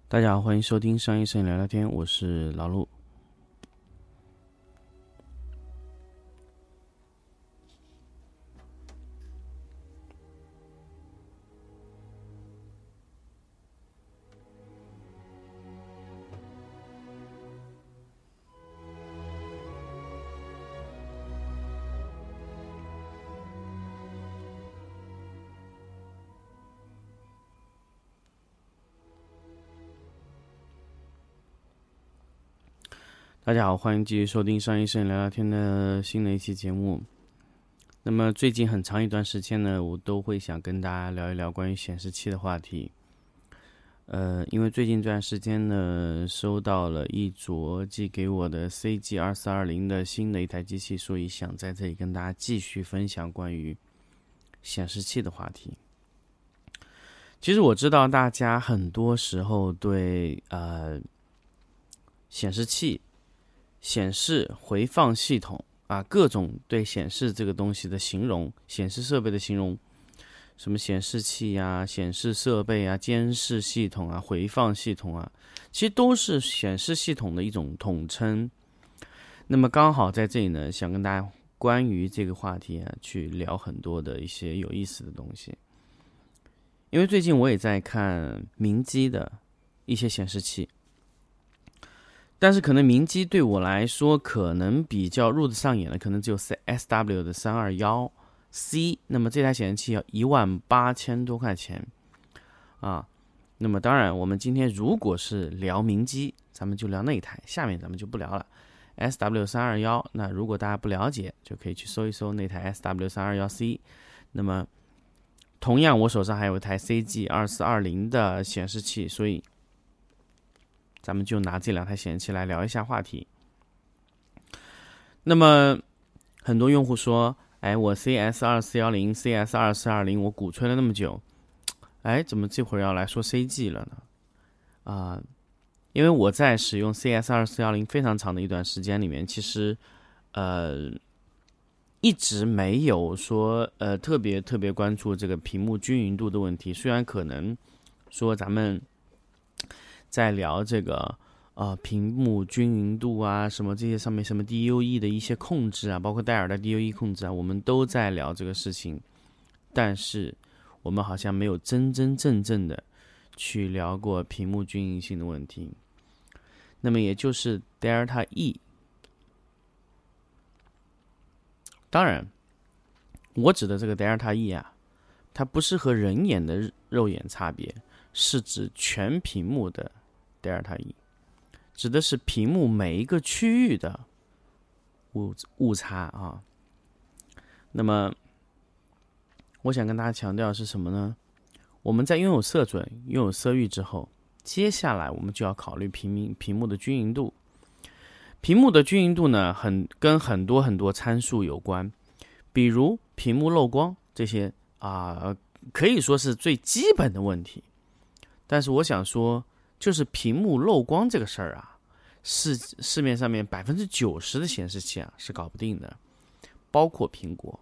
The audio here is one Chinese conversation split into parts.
大家好，欢迎收听商业摄影聊聊天，我是老陆。大家好，欢迎继续收听商业摄影聊聊天的新的一期节目。那么最近很长一段时间呢，我都会想跟大家聊一聊关于显示器的话题。因为最近这段时间呢，收到了一卓寄给我的 CG2420 的新的一台机器，所以想在这里跟大家继续分享关于显示器的话题。其实我知道大家很多时候对显示器、显示回放系统各种对显示这个东西的形容，显示设备的形容，什么显示器显示设备监视系统回放系统其实都是显示系统的一种统称。那么刚好在这里呢，想跟大家关于这个话题去聊很多的一些有意思的东西。因为最近我也在看明基的一些显示器，但是可能明基对我来说可能比较入得上眼的，可能只有 SW 的321C， 那么这台显示器要18000多块钱那么当然我们今天如果是聊明基，咱们就聊那一台，下面咱们就不聊了 SW321。 那如果大家不了解，就可以去搜一搜那台 SW321C。 那么同样我手上还有一台 CG2420 的显示器，所以咱们就拿这两台显示器来聊一下话题。那么很多用户说，我 CS2410 我鼓吹了那么久，怎么这会儿要来说 CG 了呢？因为我在使用 CS2410 非常长的一段时间里面，其实一直没有说特别关注这个屏幕均匀度的问题。虽然可能说咱们在聊这个屏幕均匀度什么这些上面什么 DUE 的一些控制包括戴尔的 DUE 控制我们都在聊这个事情，但是我们好像没有真正的去聊过屏幕均匀性的问题。那么也就是 Delta E。 当然我指的这个 Delta E 它不是和人眼的肉眼差别，是指全屏幕的 Delta E， 指的是屏幕每一个区域的误差那么我想跟大家强调的是什么呢？我们在拥有色准、拥有色域之后，接下来我们就要考虑屏幕的均匀度。屏幕的均匀度呢，跟很多参数有关，比如屏幕漏光这些可以说是最基本的问题。但是我想说，就是屏幕漏光这个事儿是市面上面90%的显示器是搞不定的，包括苹果。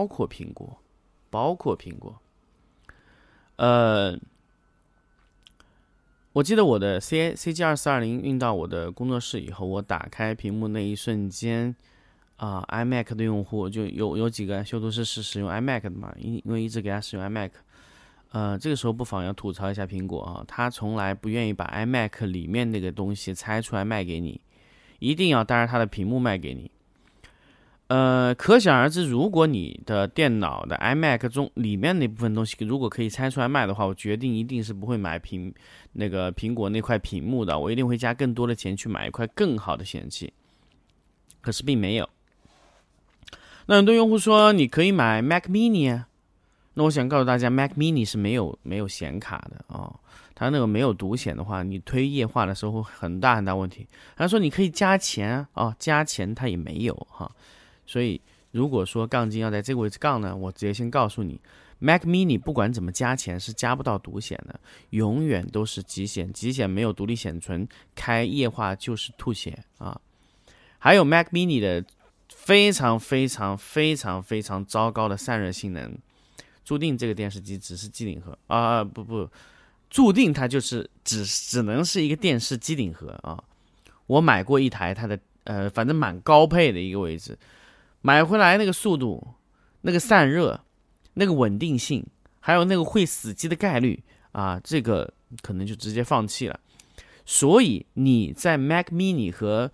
我记得我的 CG2420 运到我的工作室以后，我打开屏幕那一瞬间iMac 的用户就有几个修图师是使用 iMac 的嘛，因为一直给他使用 iMac。这个时候不妨要吐槽一下苹果他从来不愿意把 iMac 里面那个东西拆出来卖给你，一定要带着它的屏幕卖给你。可想而知，如果你的电脑的 iMac 中里面那部分东西如果可以拆出来卖的话，我决定一定是不会买那个苹果那块屏幕的，我一定会加更多的钱去买一块更好的显示器。可是并没有。那很多用户说你可以买 Mac Mini 那我想告诉大家 Mac Mini 是没有显卡的它那个没有独显的话，你推液化的时候会很大问题。他说你可以加钱加钱它也没有所以如果说杠精要在这个位置杠呢，我直接先告诉你 Mac Mini 不管怎么加钱是加不到独显的，永远都是极显，极显没有独立显存，开液化就是吐血还有 Mac Mini 的非常糟糕的散热性能，注定这个电视机只是机顶盒注定它就是只能是一个电视机顶盒啊。我买过一台它的反正蛮高配的一个位置，买回来那个速度、那个散热、那个稳定性，还有那个会死机的概率啊，这个可能就直接放弃了。所以你在 Mac Mini 和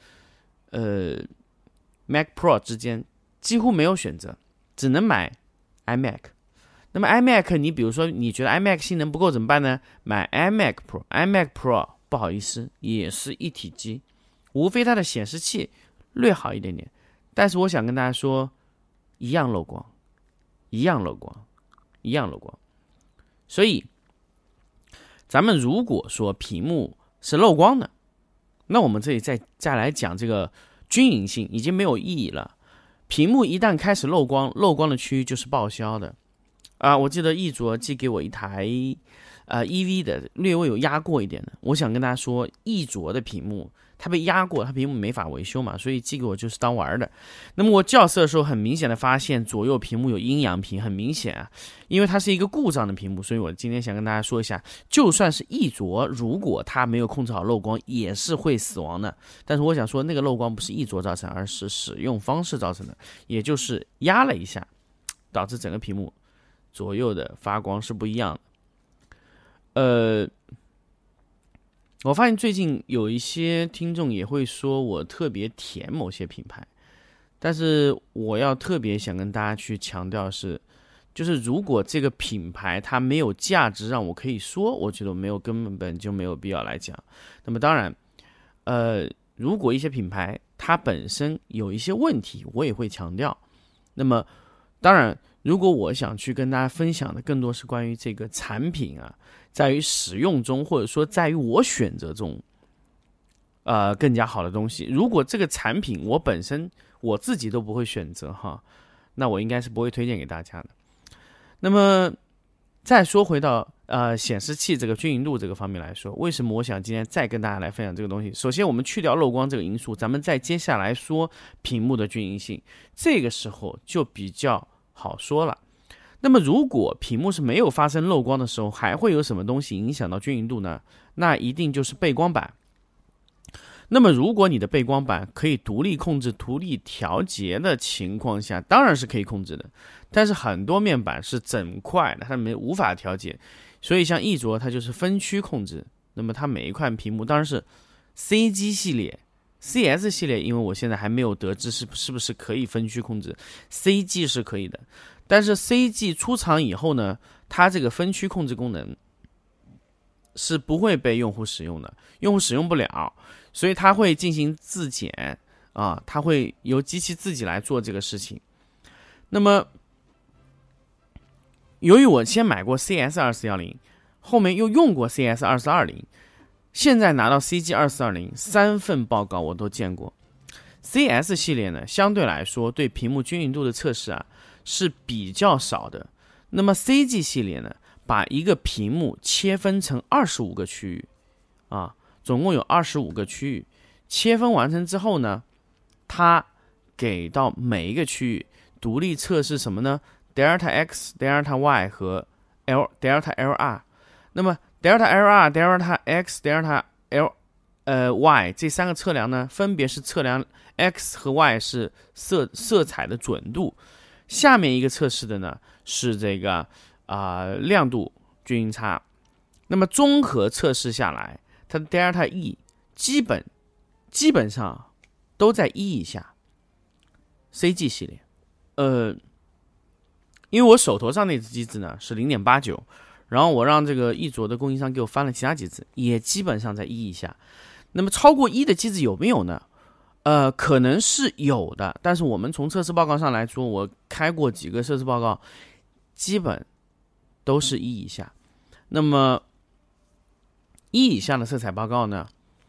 Mac Pro 之间几乎没有选择，只能买 iMac。那么 iMac 你比如说你觉得 iMac 性能不够怎么办呢？买 iMac Pro。iMac Pro 不好意思也是一体机，无非它的显示器略好一点点，但是我想跟大家说，一样漏光，一样漏光，一样漏光。所以咱们如果说屏幕是漏光的，那我们这里再来讲这个均匀性已经没有意义了。屏幕一旦开始漏光，漏光的区域就是报销的啊。我记得易卓寄给我一台EV 的，略微有压过一点的。我想跟大家说，易卓的屏幕它被压过，它屏幕没法维修嘛，所以寄给我就是当玩的。那么我校色的时候，很明显的发现左右屏幕有阴阳屏，很明显啊，因为它是一个故障的屏幕，所以我今天想跟大家说一下，就算是易卓，如果它没有控制好漏光，也是会死亡的。但是我想说，那个漏光不是易卓造成，而是使用方式造成的，也就是压了一下，导致整个屏幕左右的发光是不一样的。我发现最近有一些听众也会说我特别舔某些品牌，但是我要特别想跟大家去强调是，就是如果这个品牌它没有价值让我可以说，我觉得根本就没有必要来讲。那么当然，如果一些品牌它本身有一些问题，我也会强调。那么当然，如果我想去跟大家分享的更多是关于这个产品啊，在于使用中，或者说在于我选择中，更加好的东西。如果这个产品我本身我自己都不会选择哈，那我应该是不会推荐给大家的。那么再说回到显示器这个均匀度这个方面来说，为什么我想今天再跟大家来分享这个东西？首先我们去掉漏光这个因素，咱们再接下来说屏幕的均匀性，这个时候就比较好说了。那么如果屏幕是没有发生漏光的时候，还会有什么东西影响到均匀度呢？那一定就是背光板。那么如果你的背光板可以独立控制、独立调节的情况下，当然是可以控制的。但是很多面板是整块的，它无法调节，所以像易卓它就是分区控制。那么它每一块屏幕当然是 CG 系列、CS 系列，因为我现在还没有得知是不是可以分区控制， CG 是可以的。但是 CG 出厂以后呢，它这个分区控制功能是不会被用户使用的，用户使用不了，所以它会进行自检啊，它会由机器自己来做这个事情。那么由于我先买过 CS2410， 后面又用过 CS2420， 现在拿到 CG2420 3份报告我都见过。 CS 系列呢，相对来说对屏幕均匀度的测试啊是比较少的。那么 CG 系列呢，把一个屏幕切分成25个区域啊，总共有25个区域，切分完成之后呢，它给到每一个区域独立测试什么呢？ Delta X、Delta Y 和 Delta LR。 那么 Delta LR、Delta X、Delta Y 这三个测量呢，分别是测量 X 和 Y 是色彩的准度，下面一个测试的呢是这个亮度均匀差。那么综合测试下来，它的 Delta E 基本上都在1以下。 CG 系列因为我手头上那只机子呢是 0.89， 然后我让这个易卓的供应商给我翻了其他机子，也基本上在1以下。那么超过1的机子有没有呢？可能是有的，但是我们从测试报告上来说，我开过几个测试报告，基本都是1以下。那么1以下的色彩报告呢，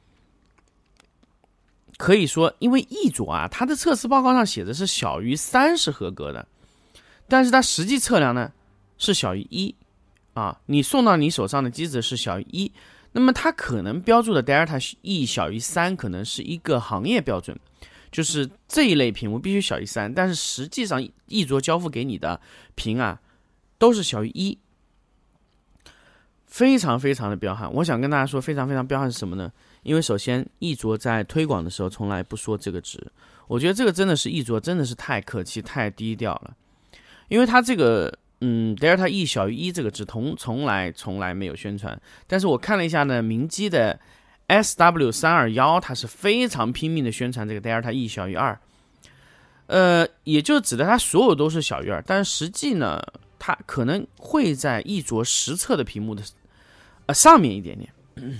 可以说因为易卓啊，它的测试报告上写的是小于3是合格的，但是它实际测量呢是小于1啊，你送到你手上的机子是小于1，那么它可能标注的 Delta E 小于3可能是一个行业标准，就是这一类屏幕必须小于3，但是实际上易卓交付给你的屏啊都是小于1。 非常非常的彪悍。我想跟大家说，非常非常彪悍是什么呢？因为首先，易卓在推广的时候从来不说这个值，我觉得这个真的是易卓真的是太客气、太低调了。因为它这个Delta E 小于1这个值从来没有宣传，但是我看了一下呢，明基的 SW321它是非常拼命的宣传这个 Delta E 小于2，也就指的它所有都是小于2，但是实际呢，它可能会在易卓实测的屏幕的上面一点点。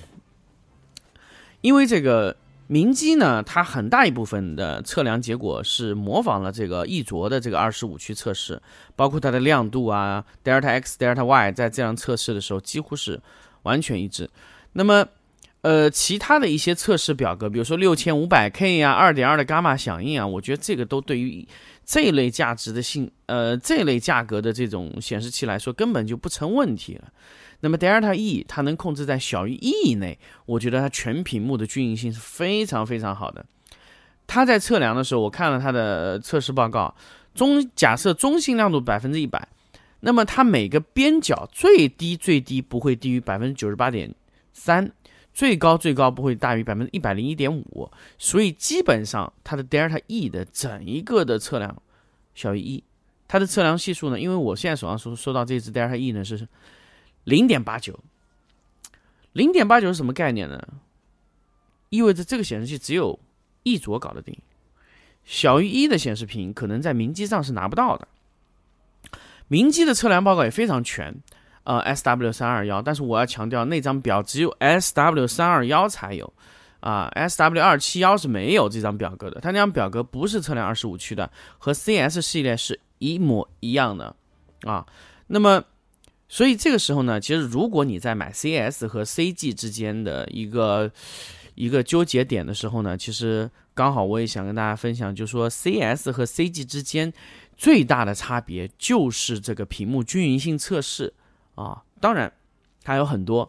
因为这个明基呢，它很大一部分的测量结果是模仿了这个易卓的这个25区测试，包括它的亮度啊 Delta X、Delta Y 在这样测试的时候几乎是完全一致。那么其他的一些测试表格，比如说6500K 啊、2.2 的伽马响应啊，我觉得这个都对于这一类价值的这一类价格的这种显示器来说根本就不成问题了。那么 Delta E 它能控制在小于1以内，我觉得它全屏幕的均匀性是非常非常好的。它在测量的时候，我看了它的测试报告，假设中性亮度100%，那么它每个边角最低不会低于 98.3%， 最高不会大于 101.5%， 所以基本上它的 Delta E 的整一个的测量小于1。它的测量系数呢，因为我现在手上收到这支 Delta E 呢是0.89， 0.89是什么概念呢？意味着这个显示器只有易卓搞得定，小于1的显示屏可能在明基上是拿不到的。明基的测量报告也非常全，SW321，但是我要强调那张表只有 SW321 才有，SW271 是没有这张表格的，它那张表格不是测量25区的，和 CS 系列是一模一样的啊。那么所以这个时候呢，其实如果你在买 CS 和 CG 之间的一个纠结点的时候呢，其实刚好我也想跟大家分享，就是说 CS 和 CG 之间最大的差别就是这个屏幕均匀性测试啊。当然还有很多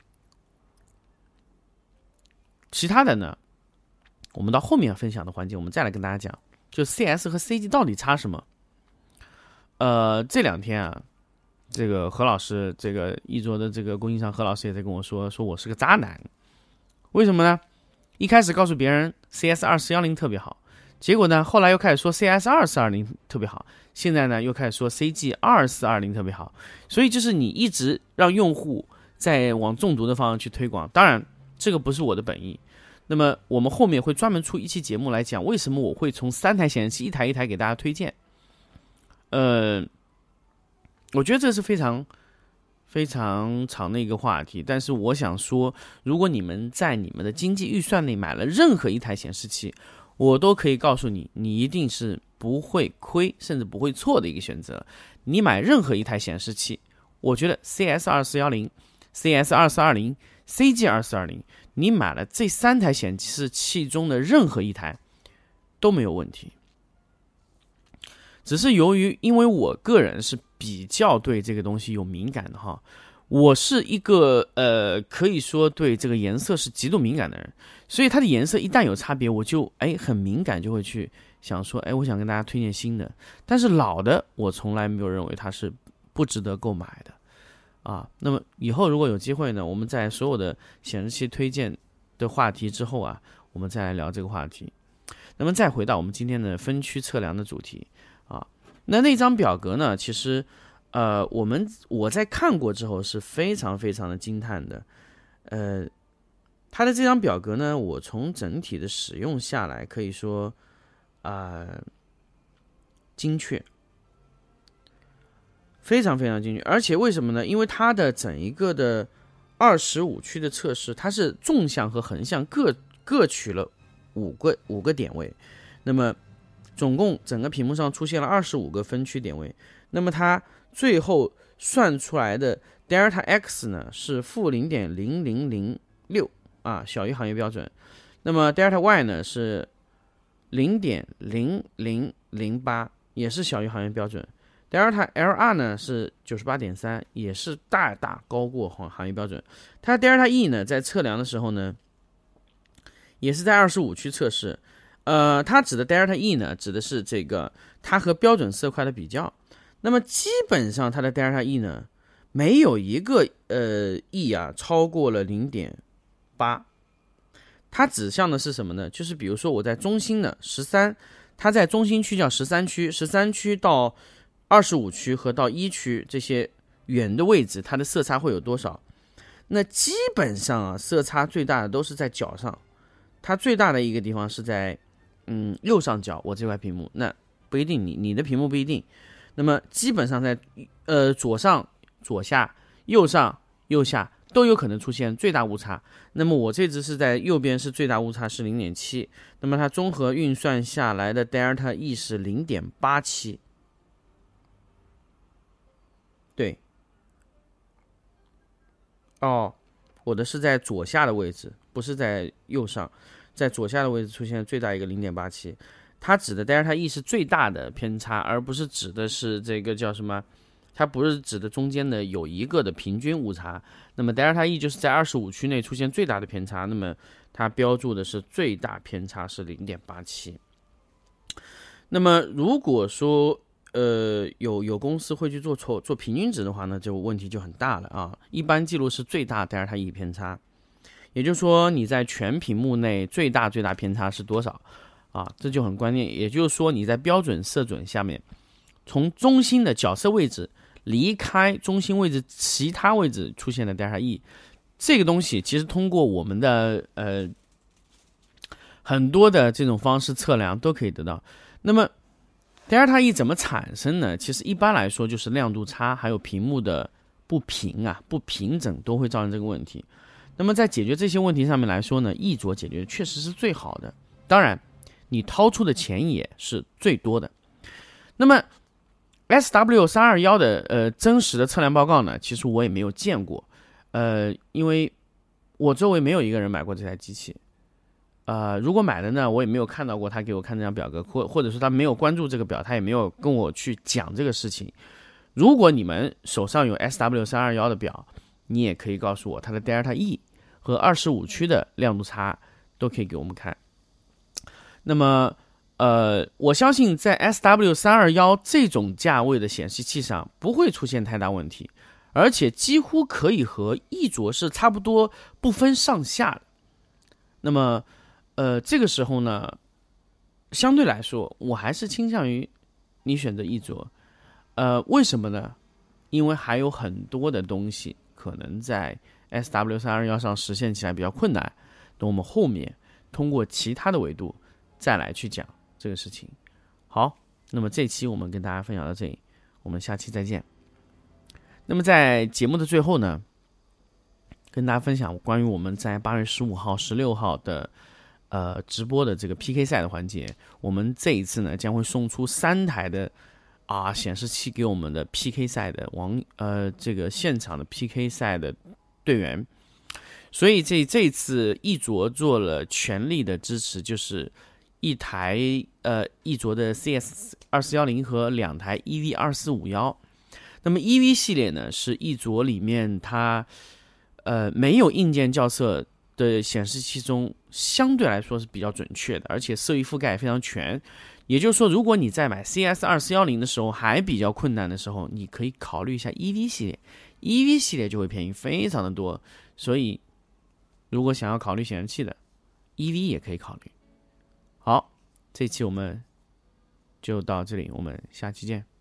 其他的呢，我们到后面分享的环节我们再来跟大家讲，就 CS 和 CG 到底差什么。这两天啊，这个何老师，这个易卓的这个供应商何老师也在跟我说我是个渣男。为什么呢？一开始告诉别人 CS2410 特别好，结果呢后来又开始说 CS2420 特别好，现在呢又开始说 CG2420 特别好。所以就是你一直让用户在往中毒的方向去推广，当然这个不是我的本意。那么我们后面会专门出一期节目来讲为什么我会从3台显示器一台一台给大家推荐。我觉得这是非常非常长的一个话题，但是我想说，如果你们在你们的经济预算内买了任何一台显示器，我都可以告诉你，你一定是不会亏甚至不会错的一个选择。你买任何一台显示器，我觉得 CS2410、CS2420、CG2420， 你买了这3台显示器中的任何一台都没有问题。只是因为我个人是比较对这个东西有敏感的哈，我是一个可以说对这个颜色是极度敏感的人，所以它的颜色一旦有差别，我就很敏感，就会去想说我想跟大家推荐新的。但是老的我从来没有认为它是不值得购买的啊。那么以后如果有机会呢，我们在所有的显示器推荐的话题之后啊，我们再来聊这个话题。那么再回到我们今天的分区测量的主题啊，那张表格呢，其实我在看过之后是非常非常的惊叹的。它的这张表格呢，我从整体的使用下来可以说精确，非常非常精确。而且为什么呢？因为它的整一个的25区的测试，它是纵向和横向各取了5个点位，那么总共整个屏幕上出现了25个分区点位。那么它最后算出来的 Delta X 呢是-0.0006小于行业标准。那么 Delta Y 呢是 0.0008， 也是小于行业标准。Delta LR 呢是 98.3， 也是大高过行业标准。它 Delta E 呢在测量的时候呢，也是在25区测试。它指的 Delta E 呢，指的是它和标准色块的比较。那么基本上它的 Delta E 呢， 没有一个E 啊超过了0.8。它指向的是什么呢？就是比如说我在中心的13，它在中心区叫13区，13区到25区和到1区这些远的位置，它的色差会有多少？那基本上啊，色差最大的都是在角上，它最大的一个地方是在右上角，我这块屏幕，那不一定，你的屏幕不一定。那么基本上在左上、左下、右上、右下都有可能出现最大误差。那么我这只是在右边是最大误差是0.7，那么它综合运算下来的 Delta E 是0.87。对，哦，我的是在左下的位置，不是在右上，在左下的位置出现最大一个0.87。它指的 Delta E 是最大的偏差，而不是指的是这个叫什么，它不是指的中间的有一个的平均误差。那么 Delta E 就是在25区内出现最大的偏差，那么它标注的是最大偏差是0.87。那么如果说有公司会去做平均值的话呢，就问题就很大了啊。一般记录是最大 Delta E 偏差，也就是说你在全屏幕内最大偏差是多少啊？这就很关键。也就是说你在标准色准下面，从中心的角色位置离开中心位置其他位置出现的 Delta E， 这个东西其实通过我们的很多的这种方式测量都可以得到。那么 Delta E 怎么产生呢？其实一般来说就是亮度差，还有屏幕的不平整都会造成这个问题。那么在解决这些问题上面来说呢，一卓解决确实是最好的，当然你掏出的钱也是最多的。那么 SW321 的真实的测量报告呢，其实我也没有见过，因为我周围没有一个人买过这台机器。如果买的呢，我也没有看到过他给我看这张表格，或者说他没有关注这个表，他也没有跟我去讲这个事情。如果你们手上有 SW321 的表，你也可以告诉我它的 Delta E 和25区的亮度差都可以给我们看。那么我相信在 SW321 这种价位的显示器上不会出现太大问题，而且几乎可以和一卓是差不多不分上下的。那么这个时候呢，相对来说我还是倾向于你选择一卓。为什么呢？因为还有很多的东西可能在 SW321 上实现起来比较困难，等我们后面通过其他的维度再来去讲这个事情。好，那么这期我们跟大家分享到这里，我们下期再见。那么在节目的最后呢，跟大家分享关于我们在8月15号、16号的直播的这个 PK 赛的环节。我们这一次呢将会送出3台的显示器给我们的 PK 赛的这个现场的 PK 赛的队员。所以这一次一卓做了全力的支持，就是一台一卓的 CS2410和2台 EV2451。那么 EV 系列呢是一卓里面它没有硬件校色的显示器中相对来说是比较准确的，而且色域覆盖也非常全。也就是说，如果你在买 CS2410的时候还比较困难的时候，你可以考虑一下 EV 系列，EV 系列就会便宜非常的多。所以如果想要考虑显示器的 EV 也可以考虑。好，这期我们就到这里，我们下期见。